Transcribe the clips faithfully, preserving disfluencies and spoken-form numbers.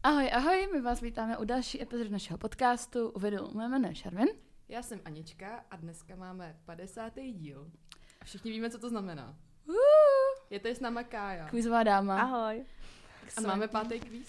Ahoj, ahoj, my vás vítáme u další epizody našeho podcastu. Uvedu, mé jméno je Šarvin. Já jsem Anička a dneska máme padesátý díl. A všichni víme, co to znamená. Uh, Je tady s náma Kája. Kvízová dáma. Ahoj. A máme pátý kvíz.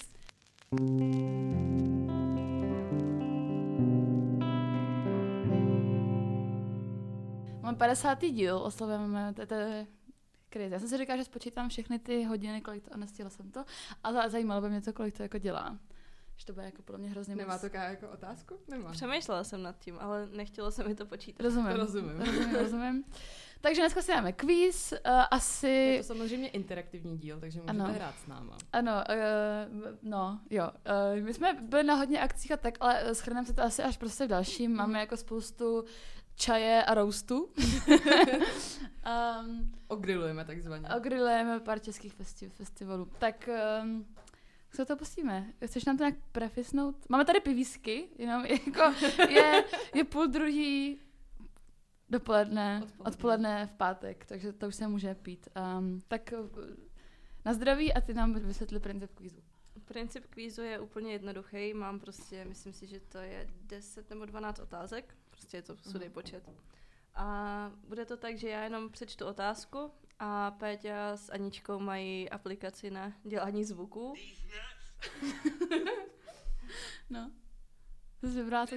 Máme padesátý díl, oslavujeme, to, to je crazy. Já jsem si říkala, že spočítám všechny ty hodiny, kolik to, a nestihla jsem to, ale zajímalo by mě to, kolik to jako dělá. Že to bude jako podle mě hrozně Nemá moc. to Kája jako otázku? Nemá. Přemýšlela jsem nad tím, ale nechtěla se mi to počítat. Rozumím. To rozumím. rozumím, rozumím. Takže dneska si dáme kvíz, uh, asi... Je to samozřejmě interaktivní díl, takže můžete Ano. hrát s náma. Ano, uh, no, jo. Uh, my jsme byli na hodně akcích a tak, ale shrneme se to asi až prostě v dalším. Máme jako spoustu čaje a roastu. um, Ogrilujeme takzvaně. Ogrilujeme pár českých festi- festivalů. Tak um, co to pustíme? Chceš nám to nějak prefisnout? Máme tady pivísky, jenom jako je, je půl druhý dopoledne, odpoledne. odpoledne v pátek, takže to už se může pít. Um, tak uh, na zdraví a ty nám vysvětli princip kvízu. Princip kvízu je úplně jednoduchý. Mám prostě, myslím si, že to je deset nebo dvanáct otázek. Prostě je to sudý počet. A bude to tak, že já jenom přečtu otázku a Péťa s Aničkou mají aplikaci na dělání zvuků. No. To se vrátit.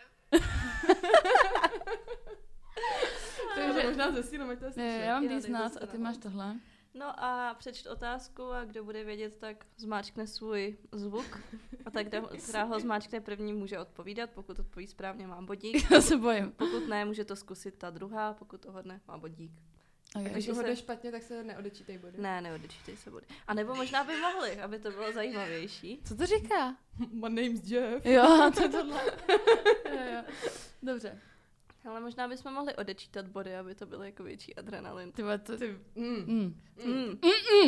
Takže možná zesílím, ať to je slyšet. Já mám Jo, dýznat tak a ty máš tohle. No a přečtu otázku a kdo bude vědět, tak zmáčkne svůj zvuk. A tak, která ho zmáčkne první, může odpovídat. Pokud odpoví správně, má bodík. Já se bojím. Pokud ne, může to zkusit ta druhá. Pokud to hodne, má bodík. Okay. Když Takže ho se- jde špatně, tak se neodečítej body. Ne, neodečítej se body. A nebo možná by mohli, aby to bylo zajímavější. Co to říká? My name's Jeff. Jo, to je tohle. jo, jo. Dobře. Ale možná bychom mohli odečítat body, aby to bylo jako větší adrenalin. Ty vole, to... Ty, mm. Mm. Mm.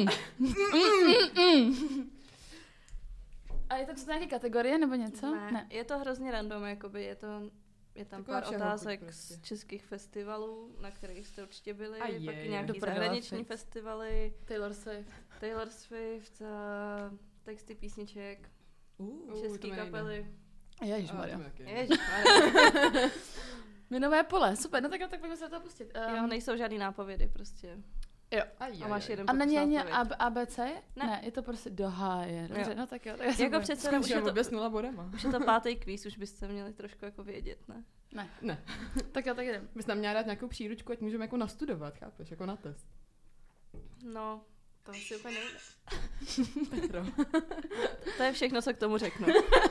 A je to co nějaké kategorie nebo něco? Ne, ne, je to hrozně random, jakoby je to, je tam Taková pár všeho otázek chuť prostě. z českých festivalů, na kterých jste určitě byli, A je, pak je. nějaký Do prdele, zahraniční fix. festivaly, Taylor Swift. Taylor Swift, a texty písniček, Uh, český to mi nejde. kapely. Ježišmarja. A, to mi taky. Ježišmarja. Minové pole, super, no tak, tak pojďme se do toho pustit. Um, Jo, nejsou žádný nápovědy prostě. jo. Aj, A aj, máš aj. jeden A není pokus ani na odpověď. A B C? Ne. Ne. ne, je to prostě do háje. Dobře, Jo. no tak jo. Tak já se Jako bojím. přece jenom už je Skončíme to, obě s nula bodema. už je to pátý kvíz, už byste měli trošku jako vědět, ne? Ne. Ne. Tak jo, tak jdem. Bys nám měla dát nějakou příručku, ať můžeme jako nastudovat, chápeš, jako na test. No, to asi úplně nejde. Petro. To je všechno, co k tomu řeknu.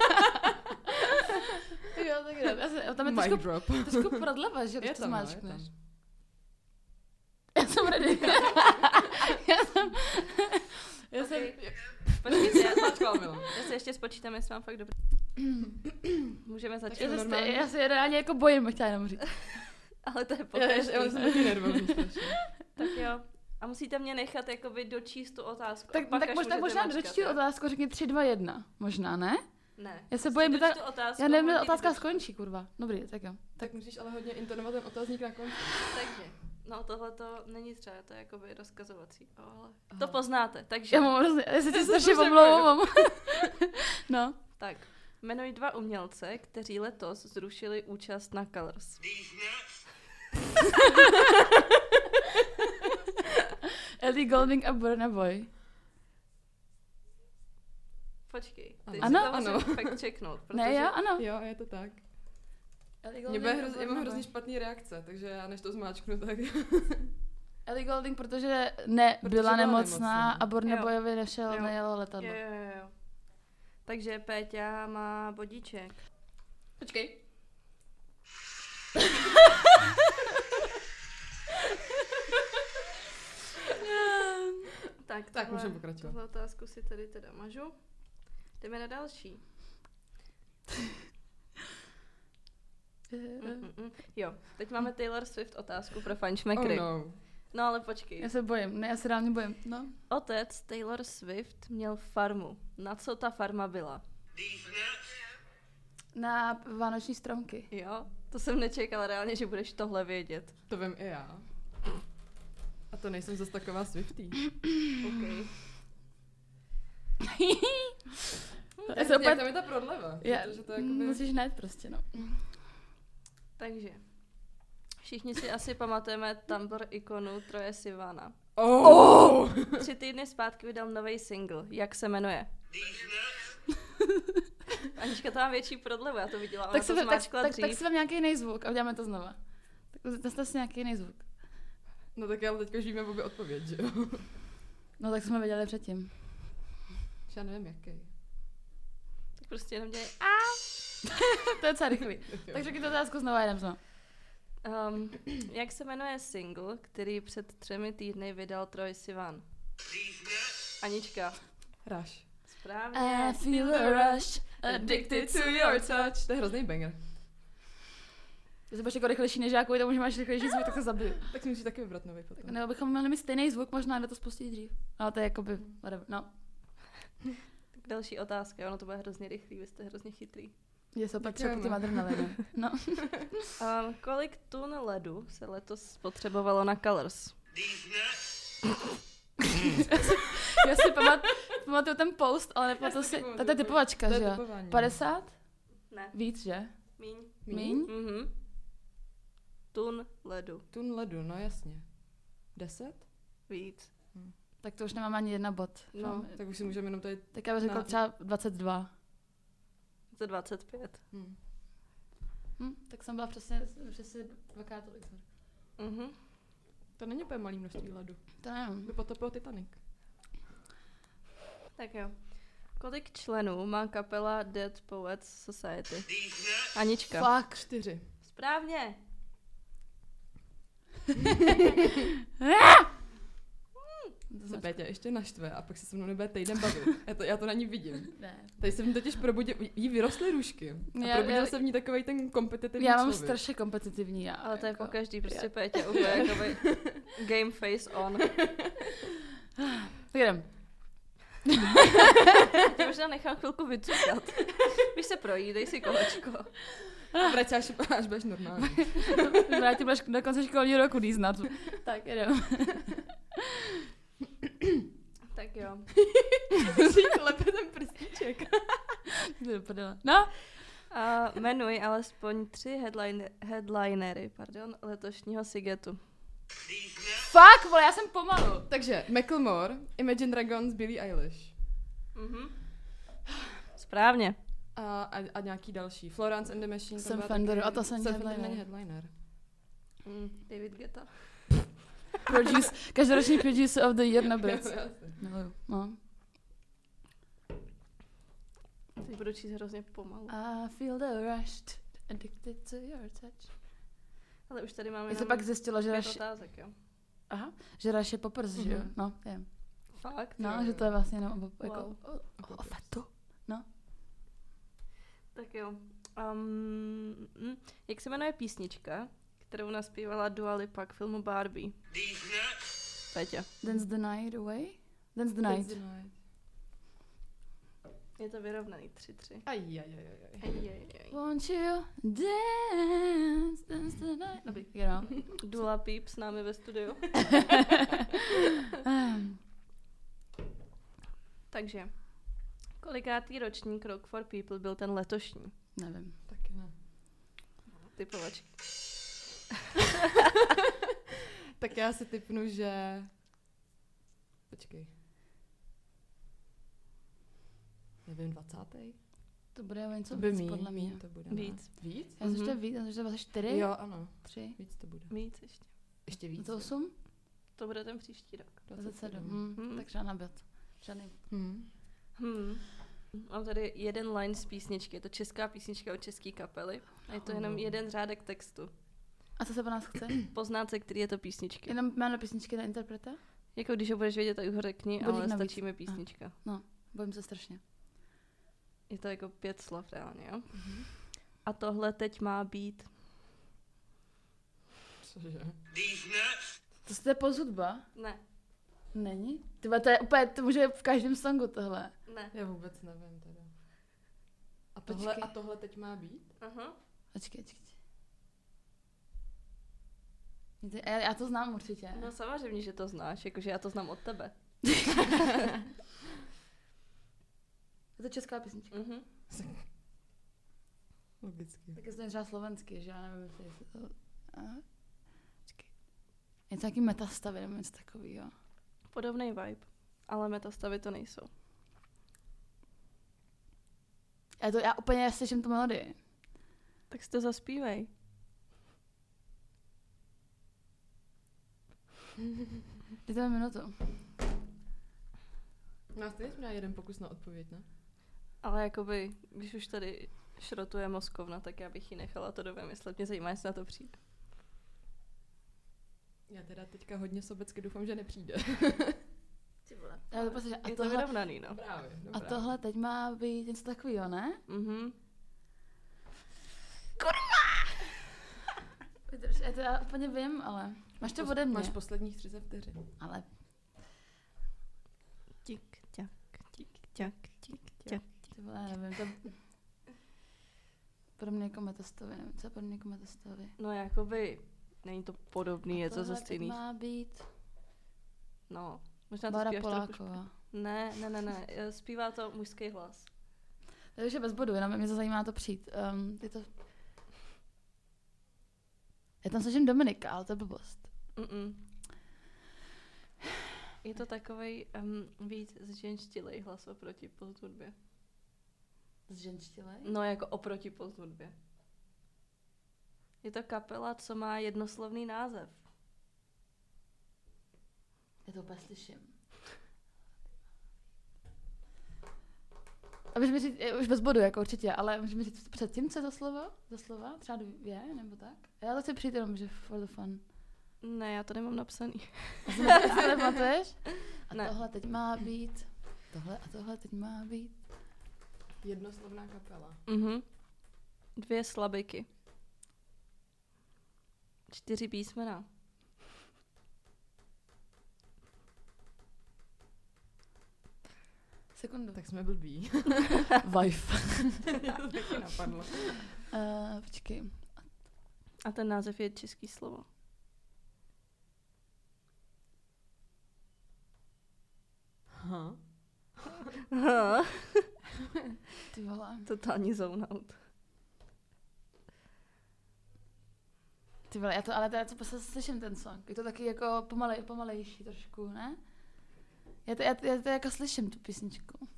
Jo, tak jdem. Já se, tam je Mic trošku, drop. trošku prodleva, že Je když to tam, no, je zmáčkneš. tam. Já jsem ready. já jsem... Já jsem... Okay. Počkejte, já, Mačkal, Milan. já si ještě spočítám, jestli mám fakt dobrý. Můžeme začít. Já se, normálně. já se reálně jako bojím, bych chtěla jenom říct. Ale to je Já, pokaždý. já, já jsem taky nervózní strašně. Tak jo. A musíte mě nechat jakoby dočíst tu otázku. Tak, a pak tak, až možná, můžete možná mačkat, dočti jo? otázku, řekni tři, dva, jedna. Možná, ne? Ne. Já se bojím, Prostě ta- dočtu otázku, Já nevím, kdy hodně otázka dočtu. skončí, kurva. Dobrý, tak jo. Tak musíš ale hodně intonovat ten otázník na konci. Takže, no tohle to není třeba, to je jakoby rozkazovací. Ale Aha. to poznáte, takže. Já mám hrozně, já se ti Já se strašně strašně omlouvám. no. Tak, jmenuji dva umělce, kteří letos zrušili účast na Colors. Ellie Goulding a Burna Boy. Počkej, Ano. teď Ano. si to Ano. musím fakt checknout, protože... Ne, jo, ano. Jo, je to tak. Ellie Mě Goulding bude a hroz, já Burna mám Boy. hrozně špatný reakce, takže já než to zmáčknu, tak... Ellie Goulding, protože ne, Protože byla byla nemocná nemocná. a Burna Jo. Boyovi nešel, Jo. nejelo letadlo. Jo, jo, jo. Takže Péťa má bodíček. Počkej. Tak, Tak, tohle- můžeme pokračovat. Tuhle otázku si tady teda mažu. Jdeme na další. Mm, mm, mm. Jo, teď máme Taylor Swift otázku pro Oh fančmekry. no. No ale počkej. Já se bojím, ne, já se reálně bojím. No. Otec Taylor Swift měl farmu. Na co ta farma byla? Na vánoční stromky. Jo, to jsem nečekala reálně, že budeš tohle vědět. To vím i já. A to nejsem zase taková Swiftie. OK. Já Jak se opět... tam je ta prodleva? Já, Protože to jakoby... musíš najít prostě, no. Takže. Všichni si asi pamatujeme Tumblr ikonu Troye Sivana. Oh! Tři týdny zpátky vydal nový single. Jak se jmenuje? Anička to má větší prodlevu, já to viděla. Ona Tak to si, tak, zmáčkla tak, dřív. tak si vám nějaký jiný zvuk a uděláme to znova. Tak zase si nějaký jiný zvuk. No tak ale teďka už víme obě odpověď, že jo? No tak jsme věděli předtím. Já nevím, jaký. Tak prostě jenom dělej. To je docela rychlý. Tak řekni to otázku znova, jedem znova. Um, jak se jmenuje single, který před třemi týdny vydal Troye Sivan? Anička. Rush. Správně. I feel a rush, Addicted to your touch. To je hrozný banger. Když budeš jako rychlejší než já, kvůli tomu, že máš rychlejší zvuk, tak se zabiju. Tak si musíš taky vybrat nový potom. Tak nebo bychom měli mít stejný zvuk, možná jde to spustit dřív. Ale to je jakoby, whatever, no. Tak další otázka, ono to bude hrozně rychlý, vy jste hrozně chytrý. Je se opět Děkujeme. třeba ty adrenaliny. No. Um, kolik tun ledu se letos spotřebovalo na Colors? Já si pamat, pamatuju ten post, ale nepamatuju si, pamatuju, to je typovačka, to je že jo? typování. padesát? Ne. Víc, že? Míň. Míň? Mhm. Tun ledu. Tun ledu, no jasně. Deset? Víc. Tak to už nemám ani jedna bod. No. Tak už si můžeme jenom tady... Tak já bych řekla Na- třeba dvacet dva. Za dvacet pět. Hm. Hm, tak jsem byla přesně, přesně dvakrát tolik. sorry. Mhm. To není úplně malý množství ledu. To nevím. By potopil Titanic. Tak jo. Kolik členů má kapela Dead Poets Society? Anička. Fuck. Čtyři. Správně. To Se jsem- Péťa ještě naštve a pak se se mnou nebude týden bavit. Já to, já to na ní vidím. Ne. Tady se v ní totiž probudil, jí vyrostly růžky. A Já- probudil já- se v ní takovej ten kompetitivní Já mám člověk. strašně kompetitivní já. Ale to je jako. po každý, prostě já- Pétě úplně jakoby game face on. Tak jdem. Tě možná nechám chvilku vycukat. Víš se projít, dej si kolečko. Vrať se, až, až budeš normální. Vrátím budeš do konce školního roku dýznat. Tak jdem. Tak jo. Si klepe ten prstíček. Ty do prdele. No. A jmenuj alespoň tři headline, headlinery pardon, letošního Sigetu. Fuck, vole, já jsem pomalu. Takže Macklemore, Imagine Dragons, Billie Eilish. Mhm. Správně. A, a, a nějaký další. Florence and the Machine. Sam byla Fender, taky- a to jsem Sam headliner. Fender není headliner. Mm, David Guetta. Produce, každoroční producer of the year na Brits. Jo, jasně. Miluju, no. Teď budu číst hrozně pomalu. I feel the rush, addicted to your touch. Ale už tady máme Já jsem jenom pak zjistila, že pět Rush, otázek, jo. aha, že Rush je poprs, že jo? Mhm. No, je. Fakt? No, Jo, že jo. to je vlastně jenom o, jako, Wow. o, o, o fetu. Tak jo. Um, mm, jak se jmenuje písnička, kterou naspívala Dua Lipa k filmu Barbie? Péťa. Dance the night away? Dance the That's night. the night. Je to vyrovnaný tři tři. Aj, aj, aj, aj, aj. Ajajaj. Won't you dance, dance the night? Dobrý, jdeme. Dula Peep s námi ve studiu. Um, Takže, kolikátý ročník Rock for People byl ten letošní? nevím. Taky ne. Typovačky. Tak já si typnu, že... Počkej. Nevím, dvacátý? To bude o něco To by víc, míň, podle mě. míň to bude. ne? Víc. Víc? Já jsem, že to je Mhm. víc, já jsem, že to je vlastně čtyři, Jo, ano. tři, Víc to bude. Víc ještě. Ještě je víc. to osm, To bude ten příští rok. dvacet sedm. sedm. Hm, Mhm. tak žádná bod. Žádný bod. Hmm. Hmm. Mám tady jeden line z písničky. Je to česká písnička od české kapely. A je to jenom Oh. jeden řádek textu. A co se po nás chce? Poznat se, který je to písničky. Jenom jméno písničky na interpreta? Jako když ho budeš vědět, tak ho řekni, Bodík ale navíc. stačí mi písnička. Bojím se strašně. Je to jako pět slov reálně, jo? Mhm. A tohle teď má být. Cože? To je pozhudba? Ne, Není? Tyba, to je úplně, to může v každém songu tohle. ne. Já vůbec nevím teda. A tohle, Počkej. a tohle teď má být? Aha. Počkej, počkej. Víte, Já, já to znám určitě. No samozřejmě, že to znáš, jakože já to znám od tebe. Je to česká písnička. Mhm. Logicky. Tak je to třeba slovenský, že já nevím, jestli je to... Aha. Počkej. Je to nějaký metastavy nebo něco takového. Podobný vibe, ale metastavy to nejsou. Já, to, já úplně slyším tu melodii. Tak si to zaspívej. Dejte mi minutu. No, stejně jsme měli jeden pokus na odpověď, ne? Ale jakoby, když už tady šrotuje mozkovna, tak já bych ji nechala to dovymyslet. Mě zajímá, jestli na to přijde. Já teda teďka hodně sobecky doufám, že nepřijde. Ty vole. Já to prostě, a, Je to tohle, vyrovnaný, no. Právě, no a právě. tohle teď má být něco takového, ne? Mhm. Vydrž, já to já úplně vím, ale... Máš to ode mě. Máš posledních třicet vteřin. Ale Tik, tak, tik, tak, tik, tak. ty vole, nevím, to... Podobně jako metastavy, nevím, co je podobně jako metastavy. No jakoby, není to podobný, je to ze Tohle teď stejných. má být No, možná to Bára zpíváš trochu špatně. Poláková. Ne, ne, ne, ne, eh, zpívá to mužský hlas. To už je bez bodu, jenom mě to zajímá to přijít. Um, je to... Já tam slyším Dominika, ale to je blbost. Mm-mm. Je to takovej um, víc zženštilej hlas oproti posthudbě. Zženštilej? No jako oproti posthudbě. Je to kapela, co má jednoslovný název. Já to úplně slyším. A můžeš mi říct, je už bez bodu, jako určitě, ale můžeš mi říct předtím, co je to slovo? To slova? Třeba dvě, nebo tak? Já to chci přijít jenom, že for the fun. Ne, já to nemám napsaný. A si ne- si to nepamatuješ? A Ne. tohle teď má být. Tohle a tohle teď má být. Jednoslovná kapela. Mhm. Dvě slabiky. Čtyři písmena. Sekundu. Tak jsme blbí. Vive. To taky napadlo. Uh, počkej. A ten název je český slovo. Aha. Ty vole. Totální zone out. Ty vole, já to, ale to, já to prostě slyším ten song. Je to taky jako pomalej, pomalejší trošku, ne? Já to, já, to, já to jako slyším, tu písničku.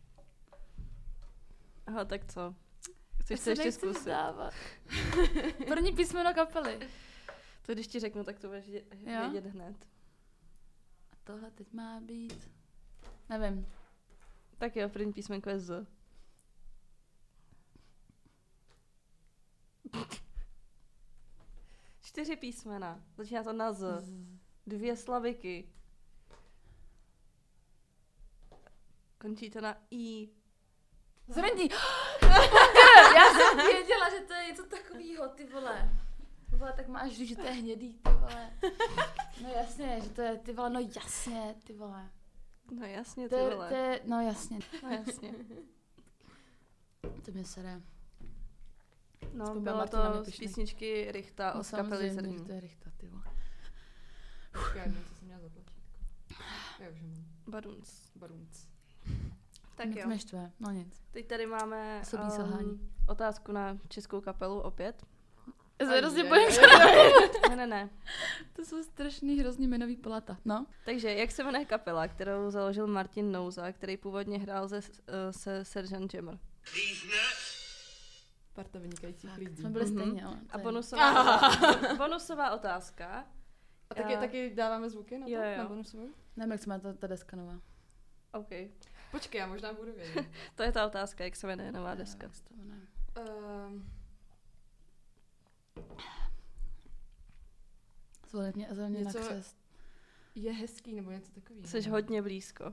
Aha, tak co? Já Chceš se to ještě nechci zkusit? vzdávat. První písmeno kapely. To když ti řeknu, tak to budeš vědět, Jo? vědět hned. A tohle teď má být... Nevím. Tak jo, první písmenko je Z. Čtyři písmena. Začíná to na Z. Dvě slaviky. Končí to na I. Zrní! Já jsem věděla, že to je něco takového, ty vole. Ty vole, tak máš říct, že to je hnědý, ty vole. No jasně, že to je, ty vole, no jasně, ty vole. No jasně, To ty je, vole. to je, no jasně. No jasně. To mě sere. No, Aspoň bylo Martina to z nepišnej. písničky Richta No od kapely samozřejmě, Zrní. že to je Richta, ty vole. Počkej, nevím, co jsem měla za tlačítko. Já už ho mám. Badunc. Barunc. Tak Mě jo. to mě štve, no nic. Teď tady máme Osobní selhání. otázku na českou kapelu opět. Já se Aj, hrozně aj, bojím, aj, že Ne, ne, ne. to jsou strašný hrozný jmenový polata. No? Takže, jak se jmenuje kapela, kterou založil Martin Nouza, který původně hrál se, se Sergeant Jammer? Parta vynikajících Tak, lidí. jsme byli Mhm. stejně, ale A to je- bonusová, otázka, bonusová otázka. A taky, Já- taky dáváme zvuky na to? Jo, jo. Na bonusovou? Nevím, jak se jmenuje ta, ta deska nová. OK. Počkej, já možná budu vědět. To je ta otázka, jak se jmenuje nová Nevím, deska. jak se to jmenuje. um, Zvolit mě, zvolit mě na Něco- křest. je hezký nebo něco takového. Jsi hodně blízko.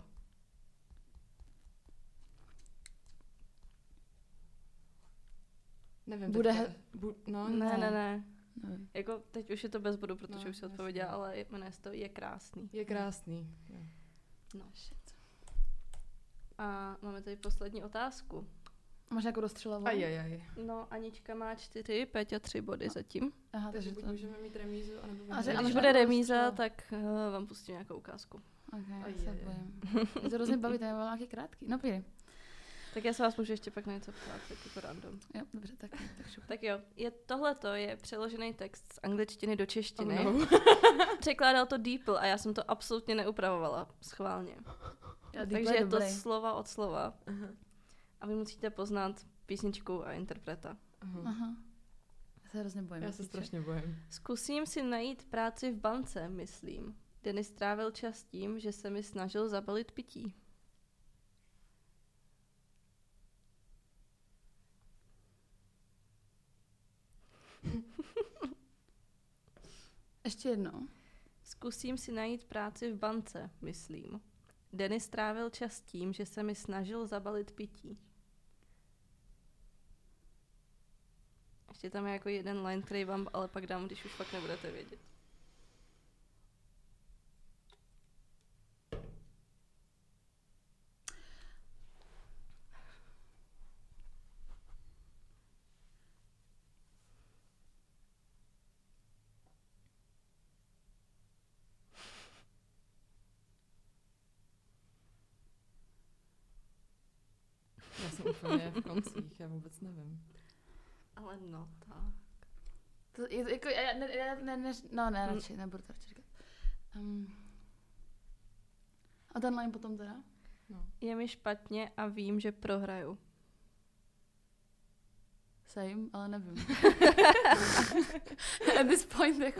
Nevím, Bude teďka- he- Bu, no, Ne, Ne. ne, ne. Nevím. Jako teď už je to bez bodu, protože No, už se jasně. odpověděla, ale jmenuje se to Je krásný. je krásný. Jo. No. A máme tady poslední otázku. Máš nějakou rozstřelovou? Ajajaj. No, Anička má čtyři, Péťa tři body zatím. Aha, Takže takže buď to... můžeme mít remízu, anebo A A že- když ale vyhráme. že- bude jako remíza, rozstřel. tak uh, vám pustím nějakou ukázku. Ok, já Aj, se aj, aj. bojím. Je to hrozně baví, to je nějaký krátký. No pojď. Tak já se vás můžu ještě pak na něco ptát, tak jako random. Jo, dobře, tak, tak šup. Tak jo, je, tohleto je přeložený text z angličtiny do češtiny. Oh no. Překládal to Deeple a já jsem to absolutně neupravovala schválně. Já, Takže je to dobrý. slova od slova. Aha. A vy musíte poznat písničku a interpreta. Aha. Aha. Já se hrozně bojím. Já se píče. strašně bojím. Zkusím si najít práci v bance, myslím. Denis strávil čas tím, že se mi snažil zabalit pití. Ještě jednou. Zkusím si najít práci v bance, myslím. Denis strávil čas tím, že se mi snažil zabalit pití. Ještě tam je jako jeden line, který vám ale pak dám, když už fakt nebudete vědět. Já jsem úplně v koncích, já vůbec nevím. Ale no tak. To je, jako, já, ne, já, ne, ne, no ne, radši, nebudu to radši říkat. Um, a ten line potom teda? No. Je mi špatně a vím, že prohraju. Same, ale nevím. At this point, jako...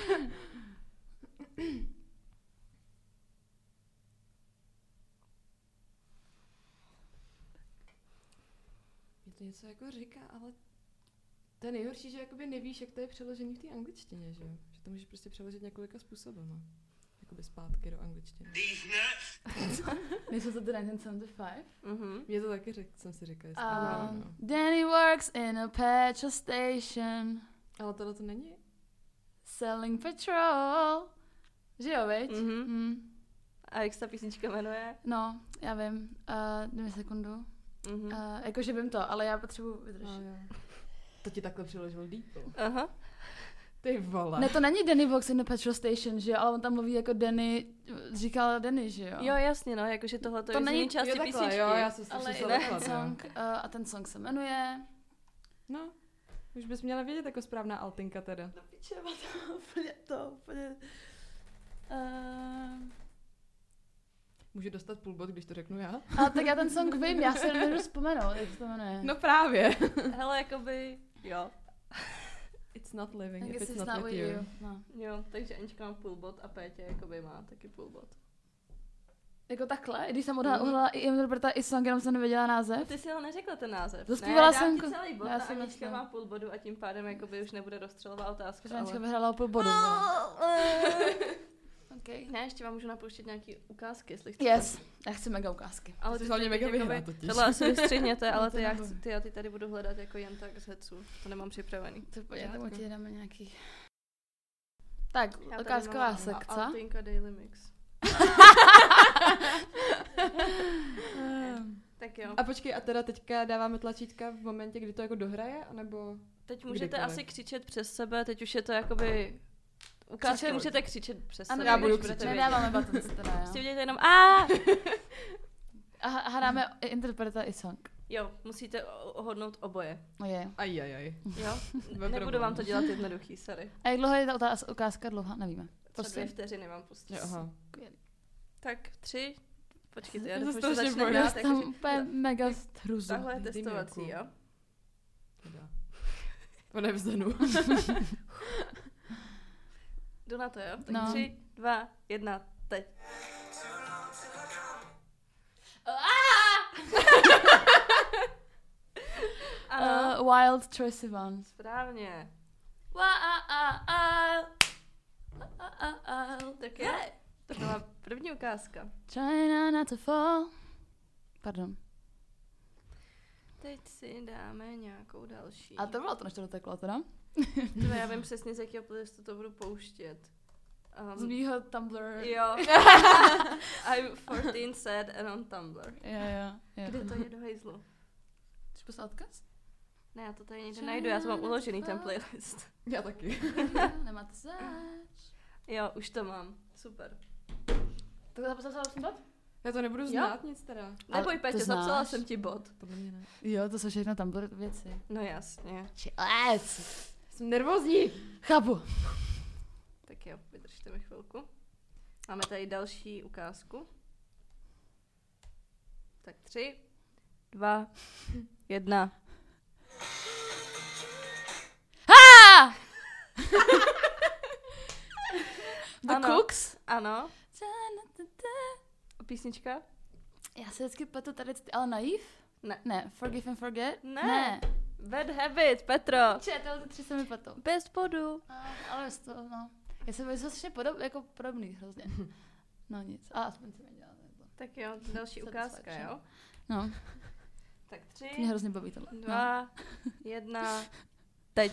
Mě to něco jako říká, ale to je nejhorší, že jakoby nevíš, jak to je přeložený v té angličtině, že jo? Že to můžeš prostě přeložit několika způsobama. Jakoby zpátky do angličtiny. Nejsou to teda devatenáct set sedmdesát pět? Mhm. Mě to taky řek, jsem si říkala, jestli to Um, um, no. Danny works in a petrol station, Ale tohle to není? selling petrol. Že jo, viď? Mhm. Mm. A jak se ta písnička jmenuje? No, já vím. Uh, dvě sekundu. Mhm. Uh, jakože vím to, ale já potřebuji vydržet. No, jo. To ti takhle přiložil Deeple. Aha. Ty vole. Ne, to není Danny Vox in the petrol station, že jo, ale on tam mluví jako Danny, říkal Danny, že jo? Jo, jasně, no, jakože tohle to To je z není- jiný části jo, takhle, písničky. jo, já jsem si ale i slyšela ten takhle, song, uh, a ten song se jmenuje... No, už bys měla vědět jako správná altinka teda. No piče, to úplně to, úplně... Uh, Můžu dostat půl bod, když to řeknu já? ale tak já ten song vím, já se nemůžu vzpomenout, jak se to jmenuje. No právě. Hele, jakoby, jo. It's not living I if guess it's it's not not with with you. you. No. Jo, takže Anička má půl bod a Pétě jakoby má taky půl bod. Jako takhle, když jsem odhala, Mhm. odhala i interpreta i song, jenom jsem nevěděla název. Ty si ale neřekla ten název. Zaspívala ne, jsem dám ti ko- celý bod já a si Anička myslím. má půl bodu a tím pádem jakoby už nebude rozstřelová otázka. Že Anička Ale... vyhrála o půl bodu. Okay. Ne, ještě vám můžu napouštět nějaký ukázky, jestli chcete. Yes, já chci mega ukázky. Ale Jsi ty hlavně teď mega jakoby- vyhrát totiž. Tohle asi vystřihněte, ale No, ty, to já nebudu. chci, ty já ty tady budu hledat jako jen tak z hecu. To nemám připravený. To pojď, tomu Pořádku. ti dáme nějaký... Tak, Já tady ukázková mám sekce. Altinka Daily Mix. Ehm, Tak jo. A počkej, a teda teďka dáváme tlačítka v momentě, kdy to jako dohraje, anebo... Teď můžete Kdykoliv. asi křičet přes sebe, teď už je to jakoby... Ukázky Křičet- můžete křičet přes Ano, sebe, já když budu budete křičet. vědět. Nedáváme buttons teda, Prostě jo. udělejte jenom a A a hráme i interpreta i song. Jo, musíte o- ohodnout oboje. No je. Aj, aj, aj. Jo? Bez Nebudu problémů. vám to dělat jednoduchý, sorry. A jak dlouho je ta otáz- ukázka dlouhá? Nevíme. Třeba Prostě. dvě vteřiny vám pustit. Jo, aha. Skvělý. Tak tři. Počkejte, já Já se doufám, že strašně začne bojím. hrát, Já takže tam úplně mega struzu. tahle je Dej mi testovací, ruku. jo? Teda. To nevzdanu. Jdu na to, jo? Tak No. tři, dva, jedna, teď. Ano, Uh, Wild Tracy Van. správně. Wild. Tak je. To byla první ukázka. China not to fall. Pardon. Teď si dáme nějakou další. A to bylo to, než to doteklo teda. Tvé, já vím přesně, z jakého playlistu to budu pouštět. Z Um, mýho Tumblr. jo. I'm fourteen sad and on Tumblr. Jo, jo, jo. Kde to je do hejzlu? Chceš poslat odkaz? Ne, já to tady někde najdu, já to mám uložený ten playlist. Já taky. Nemáte zač. Jo, už to mám. Super. Tak zaposlal jsem poslat? Já to nebudu znát nic teda. Neboj, to Peťo, znáš? zapsala jsem ti bod. Podle mě ne. Jo, to jsou všechno Tumblr věci. No jasně. Čilec. Jsem nervózní. Chápu. Tak jo, vydržte mi chvilku. Máme tady další ukázku. Tak tři, dva, jedna. Ha! The Ano. Cooks? Ano. Písnička? Já se vždycky pletu tady, ale Naiv? Ne. Ne, Forgive and Forget? Ne. Ne. Bad Habit, Petro. Če, tyhle ty tři se mi pletou. Bez bodu. A, ale z toho, no. Já jsem jsou strašně podob, jako podobný hrozně. No nic, a aspoň jsem nedělala. Tak jo, další ukázka, jo? No, Tak tři, mě hrozně baví tohle. No. dva, jedna, teď.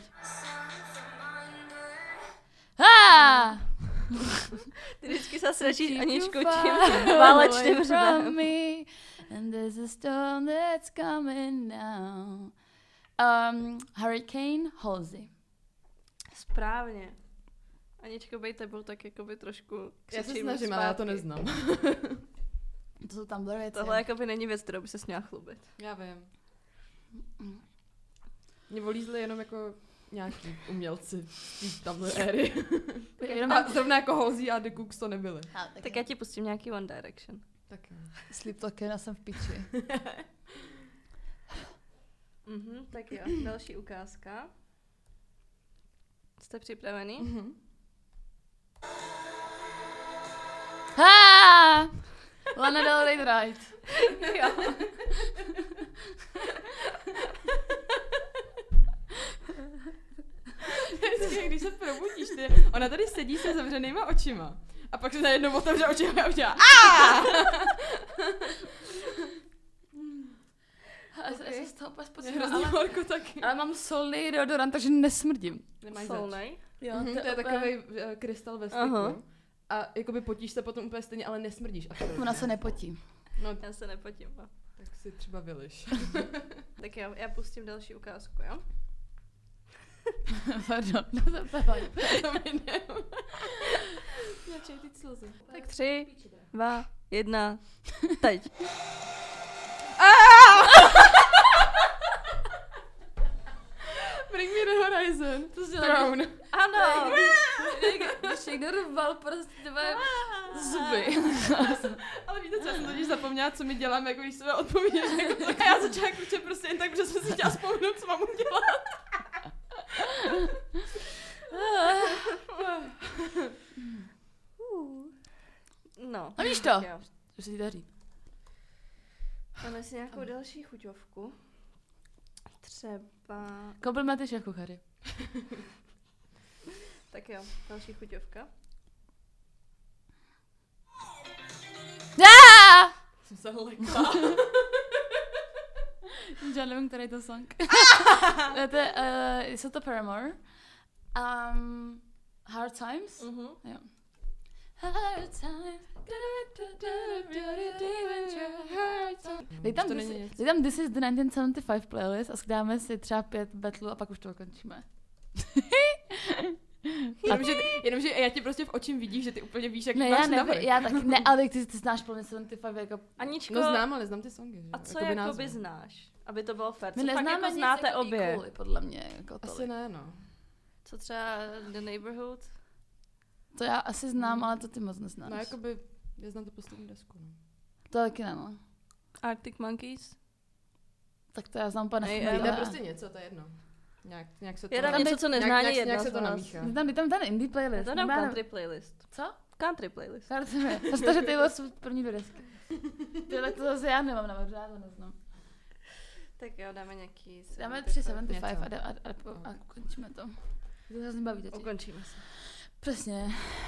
Ha! Ty vždycky se snažíš Keep Aničku you tím far válečným away řevem. from me, and there's a storm that's coming now. Um, Hurricane Halsey. Správně. Aničko, bejte byl tak jakoby trošku Já se křičím snažím, ale já to zpátky. neznám. To jsou Tumblr věci. Tohle jakoby není věc, kterou by se směla chlubit. Já vím. Mě volízli jenom jako nějaký umělci z tamhle éry. Jenom A zrovna jako Halsey a The Cooks to nebyly. A, tak, Tak já ti pustím nějaký One Direction. Tak jo. Sleep Talker, já jsem v piči. Mhm, tak jo, další ukázka. Jste připravený? Mhm. Ha! Lana Del Rey Right. Jo. Vždycky, když se probudíš, ty, ona tady sedí se zavřenýma očima. A pak se najednou otevře oči a udělá A já se z toho úplně Je spocím, hrozně ale, horko taky. ale mám solný deodorant, takže nesmrdím. Nemáš Solnej. Jo, Mhm, to je takový uh, krystal ve Aha. styku. A jakoby potíš se potom úplně stejně, ale nesmrdíš. A to Ona se nepotí. No, Já se nepotím. No. tak si třeba vyliš. Tak jo, já pustím další ukázku, jo? Pardon, no to pevaj. To mi ne. Začej ty slzy. Tak tři, dva, jedna, teď. Bring me the horizon. To si Throne. Ano! Když někdo rval prostě tvoje zuby. Ale víte co, já jsem totiž zapomněla, co my děláme, jako když jsme odpověděli, jako tak a já začala kručet prostě jen tak, protože jsem si chtěla vzpomenout, co mám udělat. No. A víš to? tak jo. Už se ti daří. Máme si nějakou další chuťovku. Třeba... Komplimenty šéf kuchaři. Tak jo, další chuťovka. Ah! Jsem se lekla. Já nevím, který je to song. Ne, to je, uh, jsou to Paramore. Um, Hard Times. Mhm. Jo. Hard Times. Dej tam, To this, není nic. dej tam This is the devatenáct set padesát pět playlist a dáme si třeba pět betlů a pak už to ukončíme. Jenomže, jenomže já ti prostě v očím vidíš, že ty úplně víš, jak Ne, máš já ne, navrh. já tak ne, ale ty, ty znáš plně sedmdesát pět jako... Aničko, No znám, ale znám ty songy. Že? a co Jakoby jakoby názvy. znáš? Aby to bylo fér. My Co fakt neznáme jako nic znáte jako obě? equally, podle mě, jako Asi tolik. ne, no. Co třeba The Neighborhood? To já asi znám, ale to ty moc neznáš. No jakoby, já znám tu poslední desku, no. To taky ne, no. Arctic Monkeys? Tak to já znám úplně Ej, nefunguje. To je ale- prostě něco, to je jedno. Nějak, nějak se to... Je tam Tam něco, by- co nezná nějak, ani nějak, jedna nějak se z to vás. namíchá. Dej tam, dej tam ten indie Já playlist. to dám Nebáno- country playlist. Co? Country playlist. Country, protože Taylor jsou první dvě desky. Tyhle to zase já nemám na já to neznám. Tak jo, dáme nějaký... Dáme tři sedmdesát pět Něco. a, a, a, a ukončíme to. To hrozně baví teď. Ukončíme se. Přesně.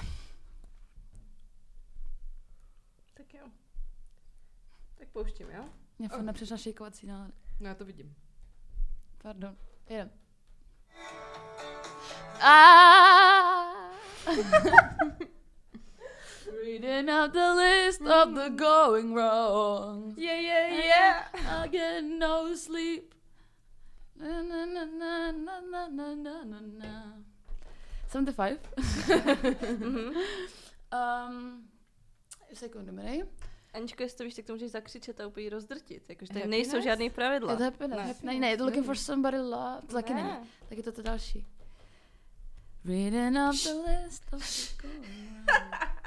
Tak jo. Tak pouštím, jo? Mě furt nepřešla šejkovací nálada. No já to vidím. Pardon. Jedem. Ah! Reading out the list of the going wrong. Yeah, yeah, yeah! I get no sleep. Na na na na na na na na na na. sedmdesát pět. Mhm. um, sekundu, minej. Aničko, jestli to víš, tak to můžeš zakřičet a úplně rozdrtit. Jakože tady Happiness? nejsou žádný pravidla. Je to happiness. Ne. Ne, ne, ne, je to looking Není. for somebody love. To taky Ne. není. Tak je to to další. Reading up the list of the go around.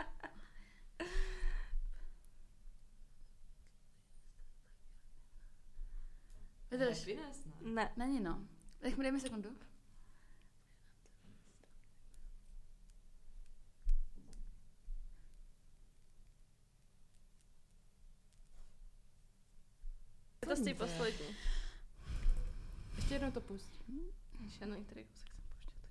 Vydrž. Happiness, ne? Ne. Není no. Tak mi dej mi sekundu. Je to z té poslední. Ještě jednou to pust. Ještě jednou některý kousek jsem pouštěl.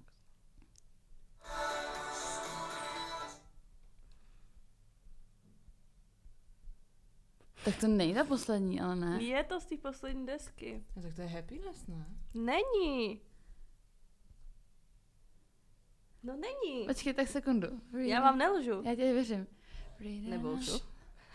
Tak to není ta poslední, ale ne. Je to z té poslední desky. No, tak to je happiness, ne? Není. No není. Počkej, tak sekundu. Já vám nelžu. Já tě věřím. Reading Nebo up- lžu.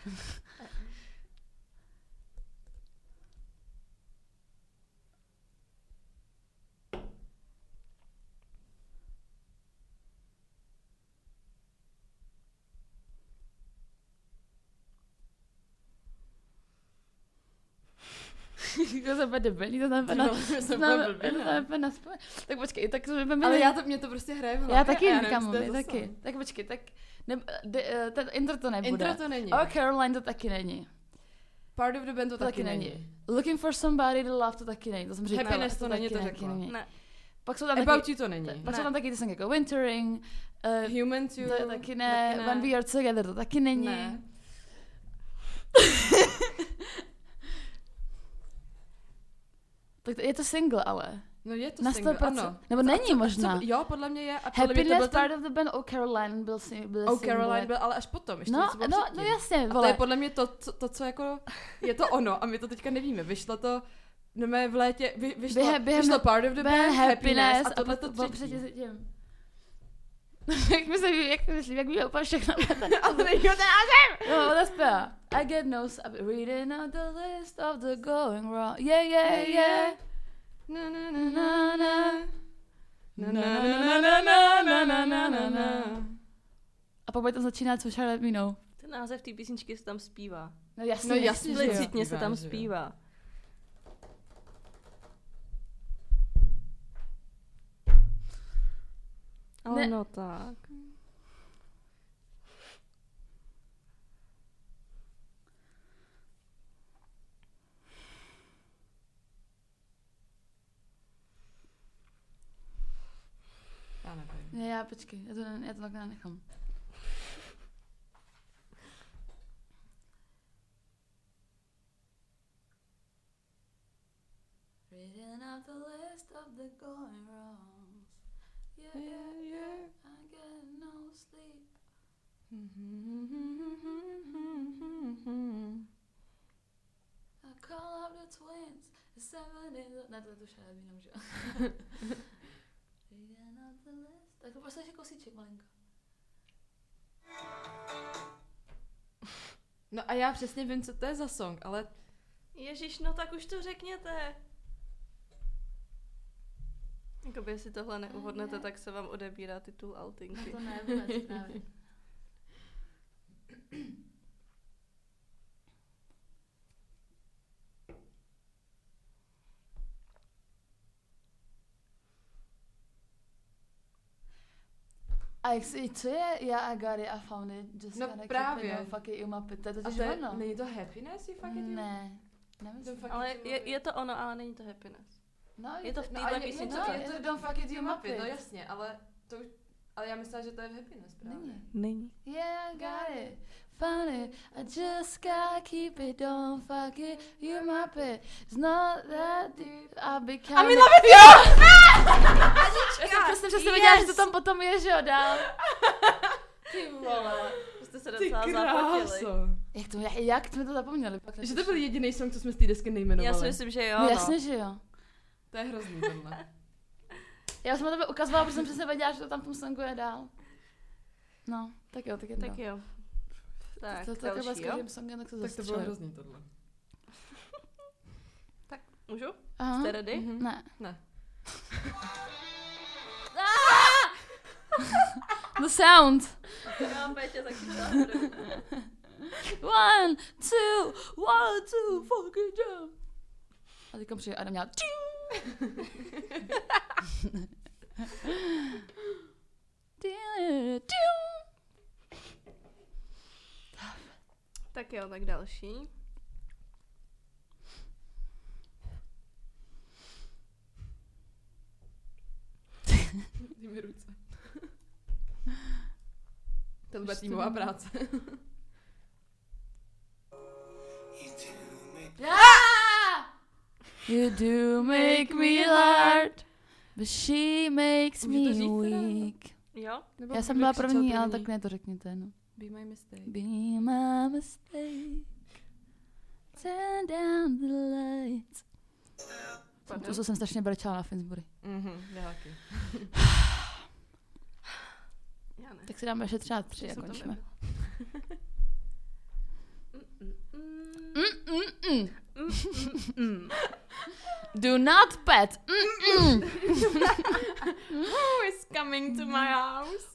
To jsem úplně debilní, to jsem úplně na... Ty vole, To jsem jsem úplně to blbě, jsem ne? úplně na spo- Tak počkej, tak to by Ale já to, mě to prostě hraje v hlavě. Já taky a říkám, nevím, my jestli to je taky. to Tak počkej, tak... Ne, de, eh, ten intro to nebude. Intro to není. Oh, Caroline to taky není. Part of the band to, To taky taky není. není. Looking for somebody to love to taky není. To jsem říkala. Happiness to není, taky to taky řekla. není. Ne. Pak jsou tam About taky, you to není. pak jsou Ne. tam taky ty songy jako Wintering, uh, Human to to taky ne, taky ne. When We Are Together to taky není. Ne. Tak to, je to single ale. No je to Na single, sto procent. ano. Nebo Co- není co- možná. Co, jo, podle mě je. A podle mě to Happiness, byl part ten, of the band, Oh Caroline byl, si, byl Oh single. Caroline byl ale až potom. Ještě No, něco bylo no, předtím. no jasně, A to vole. je podle mě to, co, to, co jako je to ono a my to teďka nevíme. Vyšlo to no mé v létě, vy, vyšlo, Během- během- vyšlo Part of the Band, Band, Happiness a tohle to po- třetí. před tím. jak myslím, jak myslím, jak víme úplně všechno. Ale není ho ten název! No, ona zpěvá. I get no sleep, reading out the list of the going wrong. Yeah, yeah, yeah. Na na Na, na na, na. na. Na na na na na na na na na. A pak bude tam začínat, co Let Me Know. Ten název té písničky se tam zpívá. No jasně, No jasně, že jo. Explicitně se Zpívá, tam že jo. zpívá. Ale Ne. no tak. Já nevím. Ne, já počkej, já to, ne, já to takhle nechám. Reading out the list of the going wrongs. Yeah, yeah, yeah. I get no sleep. I call up the twins. The seven in the... Ne, to to už já nevím, nemůžu. Reading out the list. Tak to prostě ještě kosíček malinko. No a já přesně vím, co to je za song, ale Ježíš, no tak už to řekněte. Jakoby jestli tohle neuhodnete, tak se vám odebírá titul No Altinky. to ne, vůbec právě. A jak si, co je já a Gary a found it? Just No gonna právě. keep it, no, fuck it, you map it. To je a totiž to je, ono. není to happiness, you fuck it, you? Ne, nemyslím. Don't fuck Ale it, you je, map it. je to ono, ale není to happiness. No, je to v No, téhle a je- písničce. Je to, No, je to don't fuck it, you map it. No jasně, ale to už, ale já myslela, že to je v happiness právě. Není. Není. Yeah, I got it. Found it. I just gotta keep it. Don't fuck it. You map it. It's not that deep. I'll be kind A my love it, jo! Já jsem přesně přesně věděla, že to tam potom je, že jo, dál. Ty vole. Jste se Ty docela zapotili. kráso. Jak to, jak, jak jsme to zapomněli? Pak Že to byl jediný song, co jsme z té desky nejmenovali. Já si myslím, že jo, No no. jasně, že jo. To je hrozný tohle. Já jsem to ukazovala, protože jsem přesně věděla, že to tam v tom songu je dál. No, tak jo, tak je to. Tak jo. Tak, to, to, to takhle s další, jo? každým songem, tak se Tak to bylo zastřelím. hrozný tohle. Můžu? Aha. Jste ready? Mhm. Ne. Ne. The sound. Já Pétě zakýtala. One, two, one, two, fucking jump. A teďka přijde Adam dělá Tak jo, tak další. Dej mi ruce. To bude týmová práce. You do make me hard, but she makes Můžu to me říct teda? weak. Jo? Nebo Já jsem kdo byla křičel první, ale tak ne, to řekněte, no. Be my mistake. Be my mistake. Turn down the lights. Pardon. To jsem strašně brečela na Finsbury. Mhm, já taky. Já ne. Tak si dáme ještě třeba tři Já a jsem tam končíme. nebyla. Mm, mm, mm. Mm, mm, mm. Mm, mm, mm. Do not pet. Mm, mm. Who is coming to my house?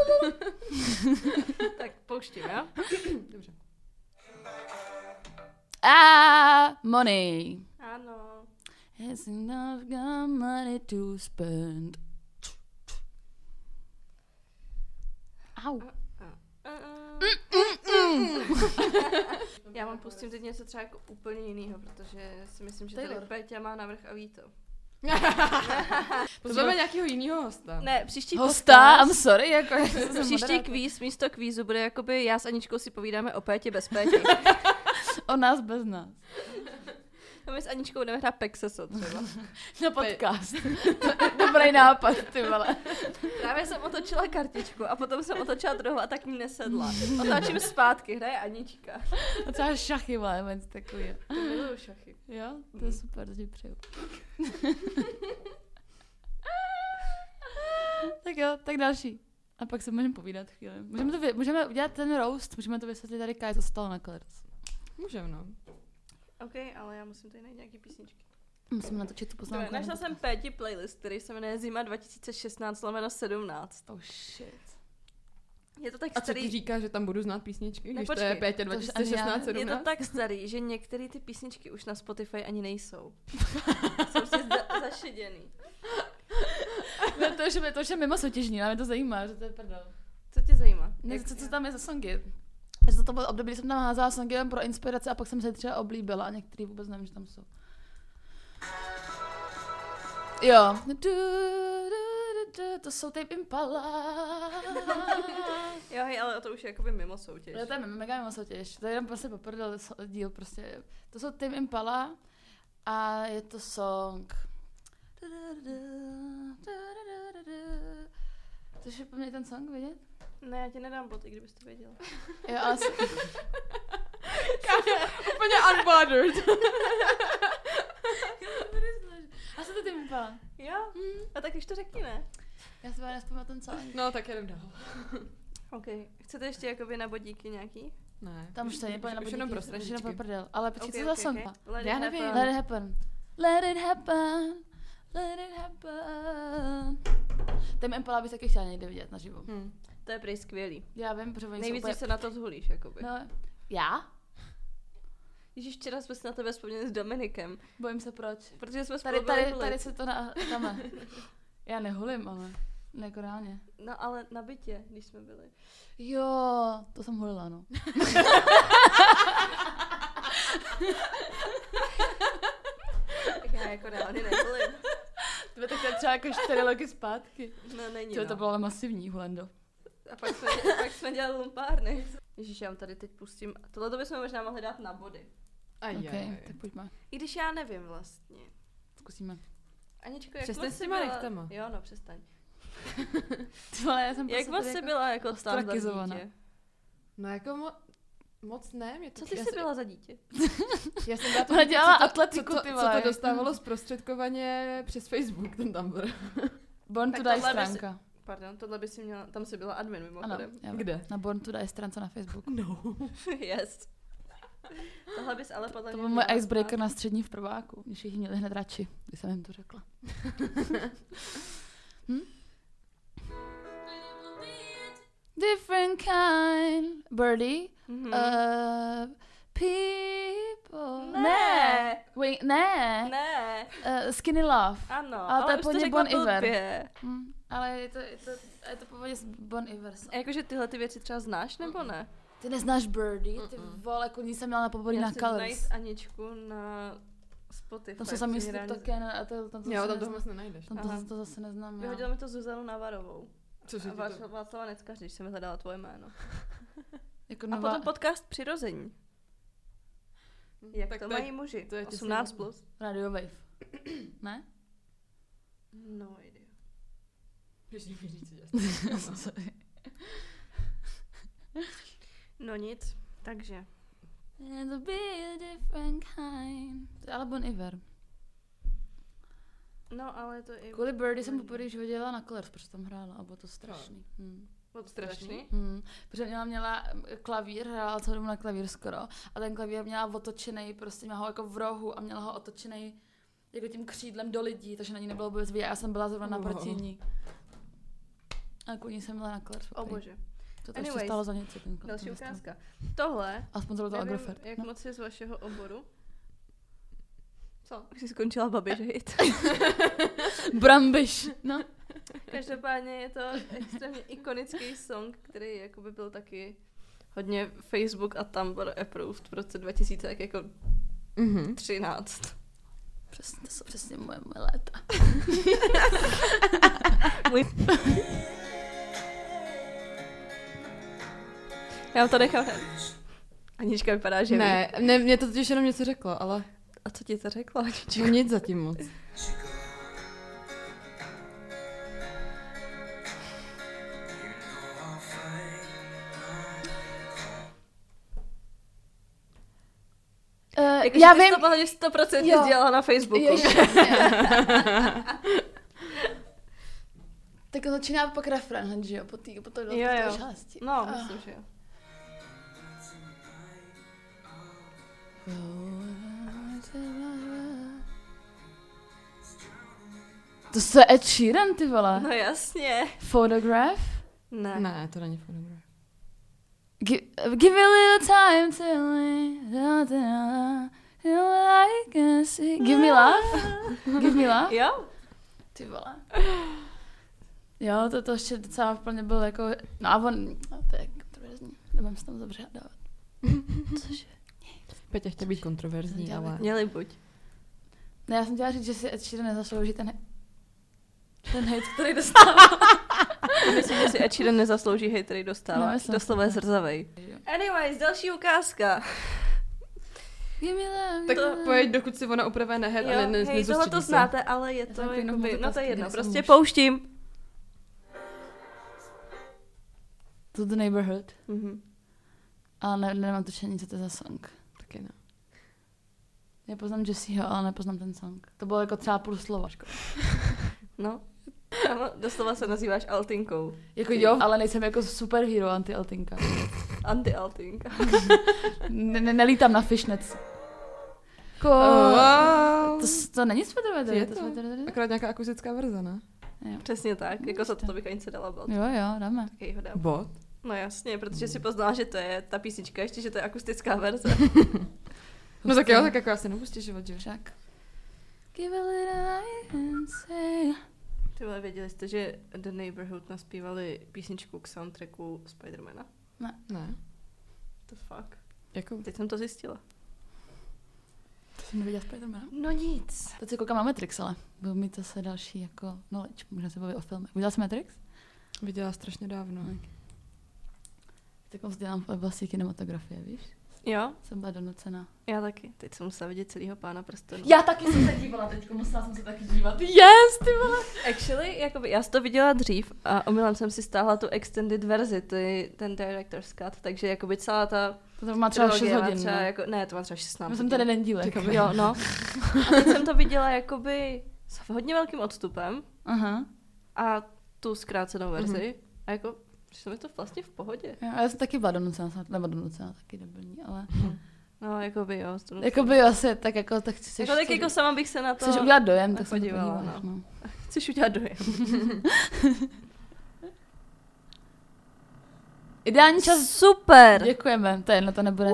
Tak pouštím, jo? Dobře. Ah, money. Ano. It's enough got money to spend. Au. Já vám pustím teď něco třeba jako úplně jiného, protože si myslím, že Taylor. tady Péťa má navrch a ví to. Pozveme nějakého jiného hosta. Ne, příští Hosta, I'm podcast, sorry, jako já jsem příští moderátor. kvíz, místo kvízu bude jakoby já s Aničkou si povídáme o Pétě bez Péti. O nás bez nás. A my s Aničkou budeme hrát Pexeso třeba. Na podcast. Dobrý nápad, ty vole. Právě jsem otočila kartičku a potom jsem otočila druhou a tak mi nesedla. Otáčím zpátky, hraje Anička. A třeba šachy, vole, něco takový. To miluju šachy. Jo, to je super, to ti přeju. Tak jo, tak další. A pak se můžeme povídat chvíli. Můžeme, to vy, můžeme udělat ten roast, můžeme to vysvětlit tady, Kaj, co stalo nakonec. Můžeme, no. OK, ale já musím tady najít nějaký písničky. Musíme natočit tu poznámku. Našla jsem Péti playlist, který se jmenuje Zima dva tisíce šestnáct lomeno sedmnáct. Oh shit. Je to tak A co starý... ti říká, že tam budu znát písničky, Ne, když to počkej, je Pétě to už dva ani tisíce šestnáct já- Je to sedmnáct? tak starý, že některé ty písničky už na Spotify ani nejsou. Jsou prostě za- zašeděný. No to, že, to už je mimo soutěžní, ale mě to zajímá, že to je prdel. Co tě zajímá? Ne, Jak- co, co tam je za songy? Že to bylo období, kdy jsem tam házela songy jen pro inspiraci a pak jsem se třeba oblíbila a některý vůbec nevím, že tam jsou. Jo. Du, du, du, du, to jsou Tape Impala. Jo, hej, ale to už je jakoby mimo soutěž. Jo, to je mega mimo soutěž. To je jenom prostě poprdel díl prostě. To jsou Tape Impala a je to song. Chceš po mně ten song vidět? Ne, já ti nedám bod, i kdybys to věděla. Jo, ale... Úplně unbothered. A co to Tape Impala? Jo? Hmm. A tak už to řekni, ne? Já si nespomínám ten song. No, tak jdem dál. OK. Chcete ještě jakoby na bodíky nějaký? Ne. Tam už se nepojí na Už jenom pro už jenom pro srandičky. prdel. Ale počkej, Okay, co za okay, song? okay. Let Já it nevím. happen. Let it happen. Let it happen. Let it happen. Ten Impala bys taky chtěla někde vidět naživo. Hm. To je prej skvělý. Já vím, protože oni Nejvíc, jsou když úplně... se na to zhulíš, jakoby. No, já? Ježíš, včera jsme se na tebe vzpomněli s Dominikem, Bojím se proč. protože jsme Tady, spolu tady, byli tady hulit. se to na... Tam. Já nehulím, ale... Jako reálně. No ale na bytě, když jsme byli. Jo, to jsem hulila, no. Tak já jako reálně nehulím. To by tak třeba jako čtyři roky zpátky. No není, To, no. to bylo ale masivní, Hulendo. A pak jsme, dě- pak jsme dělali lumpárny. Ježíš, já vám tady teď pustím. Tohle to bychom možná mohli dát na body. Aj, Ok, aj, aj. tak pojďme. I když já nevím vlastně. Zkusíme. Aničko, jak Přestaň moc s jsi těma byla... nechtama. Jo, no přestaň. Ty vole, já jsem Jak prostě moc tady jsi jako byla jako tamhle ostrakizovaná. dítě? No jako mo- moc ne, mě to... Co ty já jsi se- byla za dítě? Já jsem byla to, Ona dělala co to- atletiku, co to, ty co vole. to dostávalo zprostředkovaně přes Facebook, ten Tumblr. Born Tak to Die tohle by si- stránka. Pardon, tohle by si měla... Tam si byla admin Ano, mimochodem. já vím. Kde? Na Born to Die stránce na Facebooku. No. Yes. Tohle bys ale podle To mě byl můj měla icebreaker znát. na střední v prváku, když jich měli hned radši, když jsem jim to řekla. hm? different kind. Birdie. Mhm. Uh, people. Ne. Ne. Wait, ne. Ne. Uh, Skinny Love. Ano, Ale to je už původně řekla Bon Iver. blbě. Hm, ale je to, je to, je to původně z Bon Iver. Jakože tyhle ty věci třeba znáš, nebo ne? Ty neznáš Birdie? Ty Mm-mm. vole, koní jsem měla na popory na Já si najít Colors. Aničku na Spotify. Tam jsou samý co mě rádi- také, a to, tam to, Jo, zase tam toho neznám. moc nenajdeš. Tam Aha. to, to zase neznám. já. Vyhodila mi to Zuzanu Navarovou. Cože A ti Václav- to... Václava Neckař, když jsem hledala tvoje jméno. Jako A nová, potom podcast Přirození. Jak Tak to to je- mají muži? to je těsně osmnáct jedno. plus. Radio Wave. Ne? No idea. Můžeš mi říct, že Sorry. No nic, takže. It'll be a different kind. To je ale Bon Iver. No ale to i... Kvůli Birdie jsem poprvé už viděla na Colors, protože tam hrála a bylo to strašný. Hmm. Bylo strašný. Hmm. Protože měla, měla klavír, hrála celou dobu na klavír skoro a ten klavír měla otočený, prostě měla ho jako v rohu a měla ho otočený jako tím křídlem do lidí, takže na ní nebylo vůbec vidět. Já jsem byla zrovna naproti Wow. ní. A kvůli ní jsem byla na Colors. O poprvé. bože. To to ještě Anyways, stálo za něco. Ten, Další ten festival. ukázka. Tohle, A sponzoroval to nevím, Agrofert. jak No. moc je z vašeho oboru. Co? Už jsi skončila babi, že hit? Brambiš. No. Každopádně je to extrémně ikonický song, který jakoby byl taky hodně Facebook a Tumblr approved v roce dva tisíce, tak jako Mhm. třináct. Přesně, to jsou přesně moje, moje léta. Můj... Já vám to nechám hned. Anička vypadá, že ví. Ne, ne, mě to totiž jenom něco řeklo, ale A co ti to řekla, Anička? no nic zatím moc. Uh, Jako, já že ty vím. jsi to podle mě sto procent Jo. dělala na Facebooku. Ježiš. Tak to začíná pak refrén, hned, že jo, po té po té Jo, po té jo. části. No, Ah. myslím, že jo. To se Ed Sheeran, ty vole. No jasně. Photograph? Ne. Ne, to není fotograf. Give, give me a little time to I can see. Give me love? Give me love? Jo? Ty vole. Jo, to, to ještě docela úplně byl jako, no a on, no to je kontroverzní, nebudem se tam zabředávat. Cože? Peťa chtěl být kontroverzní, Dělej. ale... Měli buď. Ne, já jsem chtěla říct, že si Ed Sheeran nezaslouží ten, ten hate, který dostává. Myslím, že si Ed Sheeran nezaslouží hejt, který dostává. No, myslím Doslova je si to. zrzavej. Anyways, další ukázka. Give me love, Tak give me love. pojď, dokud si ona upravé nehet a ne, ne, hej, tohle nesoustředí to se. znáte, ale je Já to jsem jako jakoby, jenom no to je otázky, jedno, kde prostě jsem muž. pouštím. To The Neighborhood. Mhm. Ale ne, nemám tušení, co to je za song. Taky ne. Já poznám Jesseho, ale nepoznám ten song. To bylo jako třeba půl slova. No. Ano, doslova se nazýváš Altinkou. Jako jo, ale nejsem jako superhero anti-altinka. Anti-Altinka. ne, ne, nelítám na fishnets. Jako, Wow. to, to není Sweater Je to to. Sweater Weather. Akorát nějaká akustická verze, ne? Jo. Přesně tak, jako za to bych ani se dala bod. jo, jo, dáme. Taky ho dám. Bot? No jasně, protože si poznala, že to je ta písnička, ještě, že to je akustická verze. No tak jo, tak jako asi nepustíš život, že? Však. Give a little I can say. Ty vole, věděli jste, že The Neighborhood naspívali písničku k soundtracku Spidermana? Ne. To fuck. Jako? Teď jsem to zjistila. To jsem neviděla Spidermana. No nic. Teď se koukám na Matrix, ale budu mít zase další jako knowledge. Můžeme se bavit o filmech. Viděla jsi Matrix? Viděla strašně dávno. Tak moc dělám v oblasti kinematografie, víš? Jo, Jsem byla donucena. já taky. Teď jsem musela vidět celýho Pána prstenů. Já taky jsem se dívala teď, musela jsem se taky dívat. Yes, ty vole! Actually, jakoby, já jsem to viděla dřív a omylem jsem si stáhla tu extended verzi, ty, ten director's cut, takže jakoby celá ta To má třeba šest trilogie má hodin, třeba ne? jako, ne, to má třeba šestnáct Já jsem hodin. tady jeden dílek. Jo, no. A teď jsem to viděla jakoby s hodně velkým odstupem Aha. a tu zkrácenou verzi. Mhm. A jako, přišlo mi to vlastně v pohodě. Jo, a já jsem taky byla donucena, nebo donucena, taky debilní, ale... No, jakoby jo. To... Jakoby asi, tak jako, tak chceš... Jako, tak jako sama bych se na to... Chceš udělat dojem, tak se na to podívala, no. podíváš, no. no. Chceš udělat dojem. Ideální čas. Super! Děkujeme, to je jedno, to nebude.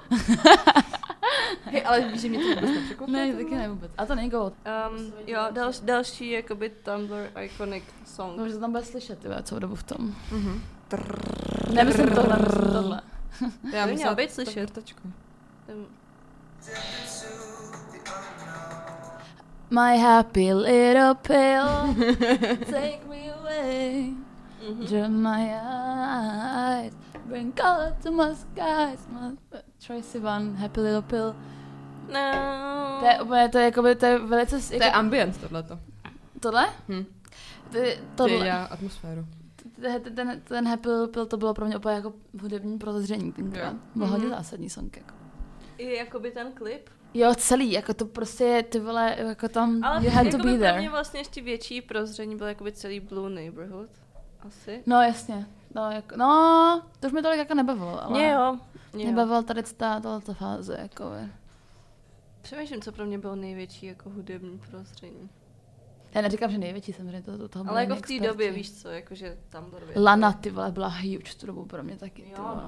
Hej, ale víš, že mě to vůbec nepřekvapuje? Ne, taky ne vůbec. A to není gold. Um, jo, dal, další jakoby Tumblr iconic song. No, že to tam bude slyšet, tyhle, co dobu v tom. Mhm. Nemyslím tohle, myslím tohle. Já by musela měla být to slyšet. vrtačku. Ten- My happy little pill, take me away. Mhm. Drum my eyes, bring color to my skies. My... Troye Sivan, happy little pill. No. To je úplně, to je jakoby, to je velice... To je ambient, tohleto. Tohle? Hm. To je, Ty tohle. dělá atmosféru. Ten, ten, ten happy little pill, to bylo pro mě úplně jako hudební prozření tenkrát. Jo. Byl hodně Mhm. zásadní song, jako. I jakoby ten klip. Jo, celý, jako to prostě je, ty vole, jako tam, Ale you had to jakoby be pro there. mě vlastně ještě větší prozření byl jakoby celý Blue Neighborhood. Asi. No jasně, no, jako, no, to už mi tolik jako nebavilo, ale Mě jo. Mě mě jo. bavila tady ta, tato fáze, jako je. Přemýšlím, co pro mě bylo největší jako hudební prozření. Já neříkám, že největší, samozřejmě to, to toho Ale byli jako v té experti. době, víš co, jakože Tumblr věc. Lana, ty vole, byla huge tu dobu pro mě taky, ty Jo. vole.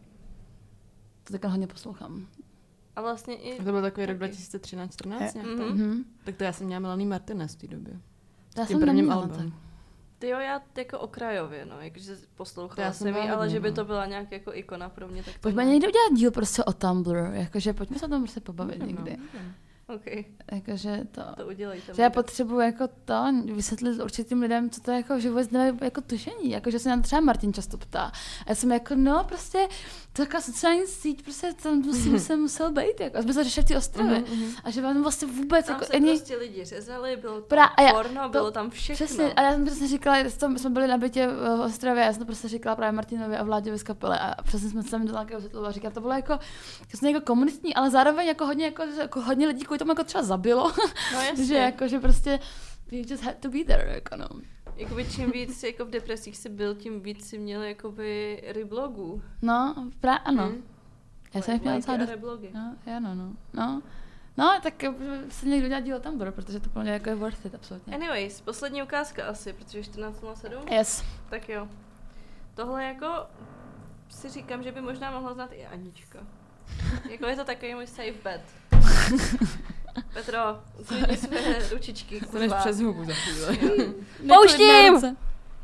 To taky hodně poslouchám. A vlastně i... To byl takový rok taky. dva tisíce třináct čtrnáct nějak Mhm. tak? Mhm. Tak to já jsem měla Melanie Martinez v té době. Já Tím jsem prvním neměla tak. album. Ty jo, já jako okrajově, no, jakože To poslouchala já jsem jsem jí, byla ale hodně, že by no. to byla nějak jako ikona pro mě, tak to Pojďme ne. někdy udělat díl prostě o Tumblr, jakože pojďme se o tom prostě pobavit Můžem, no, někdy. můžem. OK, Jakože to... to udělejte. Že já Magda. potřebuji jako to vysvětlit určitým lidem, co to je jako, že vůbec nemají jako tušení, jako že se nám třeba Martin často ptá. A já jsem jako, no prostě, to taková sociální síť, prostě tam musím se musel být, jako, a jsme se řešili v té ostrově. Mhm, mhm. A že vám vlastně vůbec, Tam jako, se ani, prostě lidi řezali, bylo Pra- tam a já- porno, to- bylo tam všechno. přesně, a já jsem přesně říkala, jsme, jsme byli na bytě v Ostravě, já jsem to prostě říkala právě Martinovi a Vláďovi z kapely a přesně jsme se mi to také vysvětlila a říkala, to bylo jako, jasně jako komunistní, ale zároveň jako hodně, jako, jako hodně lidí kvůli tomu jako třeba zabilo, No jasně. že jako, že prostě you just had to be there, jako no. Jakoby čím víc jako v depresích si byl, tím víc si měl jakoby reblogů. No, právě ano. Hm. Já jsem jich měla docela dost. reblogy. No, já no, no. No, no tak eh, se někdo dělá díl tam bude, protože to pro mě jako je worth it, absolutně. Anyways, poslední ukázka asi, protože čtrnáct nula sedm. Yes. Tak jo. Tohle jako si říkám, že by možná mohla znát i Anička. Jako je to takový můj safe bet. Petro, uklidni své ručičky. To než kurva. přes hubu za chvíli. Pouštím!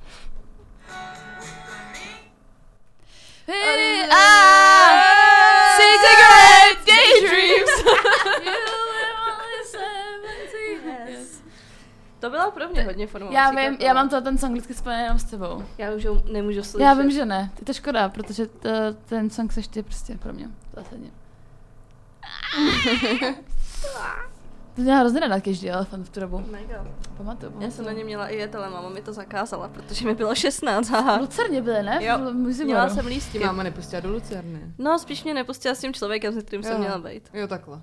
Ah, cigarette daydreams. Yes. To byla pro mě hodně formulář. Já vím, já mám to ten song vždycky spojený jenom s tebou. Já už ho nemůžu slyšet. Já vím, že ne. Je to škoda, protože to, ten song seš ty prostě pro mě. Zásadně. To měla hrozně ráda každý elefant v tu dobu. Mega. Pamatuju, Já jsem na pamatuju. ně měla i jet, ale máma mi to zakázala, protože mi bylo šestnáct. Haha. V Lucerně byly, ne? Jo, V Muzimoru. Měla jsem lístky. Tě máma nepustila do Lucerny. No, spíš mě nepustila s tím člověkem, se kterým jsem Jo. měla být. Jo, takhle.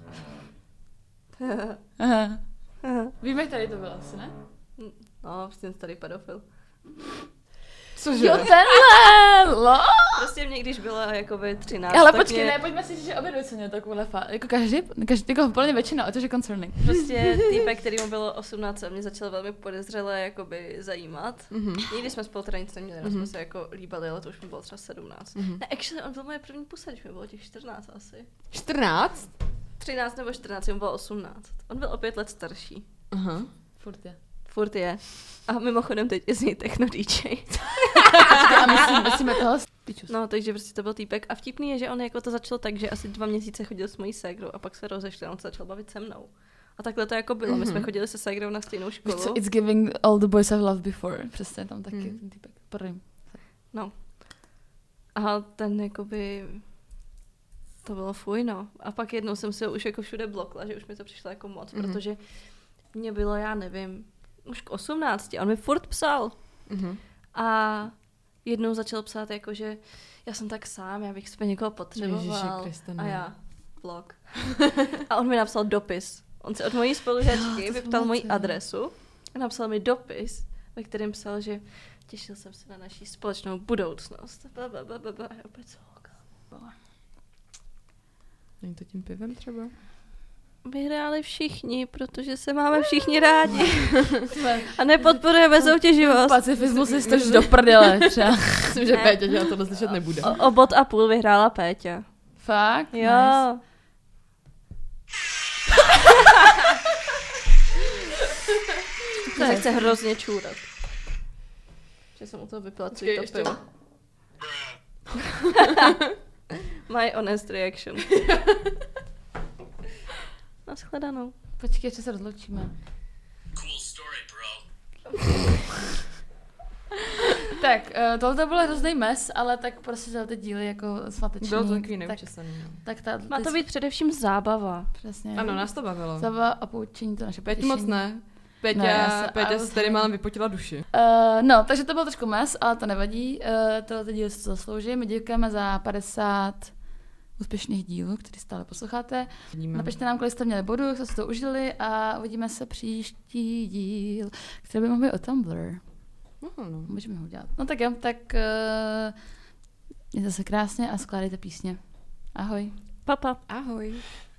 Aha. Víme, jak tady to bylo asi, ne? No, prostě ten starý pedofil. Cože? Jo, tenhle! Lo? Prostě mě, když byla jakoby třináct, Ale tak počkej, mě ne, pojďme si říct, že obě dvě se měly takovouhle fázi. Jako každý, každý, jako podle mě většina, a to je concerning. prostě týpek, který mu bylo osmnáct a mě začal velmi podezřele jakoby zajímat. Mhm. Nikdy jsme spolu teda nic neměli, mm-hmm. jsme se jako líbali, ale to už mi bylo třeba sedmnáct. Mhm. Ne, actually, on byl moje první pusa, když mi bylo těch čtrnáct asi. čtrnáct? třináct nebo čtrnáct, mu bylo osmnáct. On byl o pět let starší. Aha. Furt je. Furt je. A mimochodem teď je z něj techno D J. A myslím, myslíme toho pičus. No, takže prostě to byl týpek. A vtipný je, že on jako to začal tak, že asi dva měsíce chodil s mojí ségrou a pak se rozešli a on se začal bavit se mnou. A takhle to jako bylo. My jsme chodili se ségrou na stejnou Víš školu. co, it's giving all the boys I've loved before. Přesně tam taky Hmm. ten týpek. Pardon. No. A ten jakoby... To bylo fuj, no. A pak jednou jsem si ho už jako všude blokla, že už mi to přišlo jako moc, Mhm. protože mě bylo, já nevím, už k osmnácti. On mi furt psal. Mhm. A jednou začal psát jako, že já jsem tak sám, já bych sebe někoho potřeboval. Ježiši Kriste, a ne. já, blok. A on mi napsal dopis. On se od mojí spolužačky Jo, to vyptal moji pamatuju. adresu a napsal mi dopis, ve kterém psal, že těšil jsem se na naší společnou budoucnost. Ba, ba, ba, ba, ba. Já opět co, holka. Není to tím pivem třeba? vyhráli všichni, protože se máme všichni rádi. A nepodporujeme soutěživost. Pacifismus si stojíš do prdele, třeba. Myslím, že Ne. Péťa tě na tohle slyšet nebude. O, o bod a půl vyhrála Péťa. Fakt? Jo. Nice. To se chce hrozně čůrat. Že jsem u toho vypila celý Počkej, to ještě. pivo. My honest reaction. Naschledanou. Počkej, ještě se rozloučíme. Cool story, bro. Tak, uh, tohle byl hrozný mes, ale tak prostě za ty díly jako svateční. Bylo to takový tak, neučesaný. No. tak ta, Má to být především zábava. Přesně. Ano, nás to bavilo. Zava a poučení, to naše Péťu potěšení. moc ne. Péťa, Ne, já se- Péťa ale- se tady málem vypotila duši. Uh, no, takže to byl trošku mes, ale to nevadí. Uh, tohle díl si to zaslouží. My děkujeme za padesát úspěšných dílů, který stále posloucháte. Vidíme. Napište nám, kolik jste měli bodů, jak jste si to užili a uvidíme se příští díl, který by mohl být o Tumblr. Aha, no. Můžeme ho udělat. No tak jo, tak uh, mějte se krásně a skládejte písně. Ahoj. Papa. Ahoj.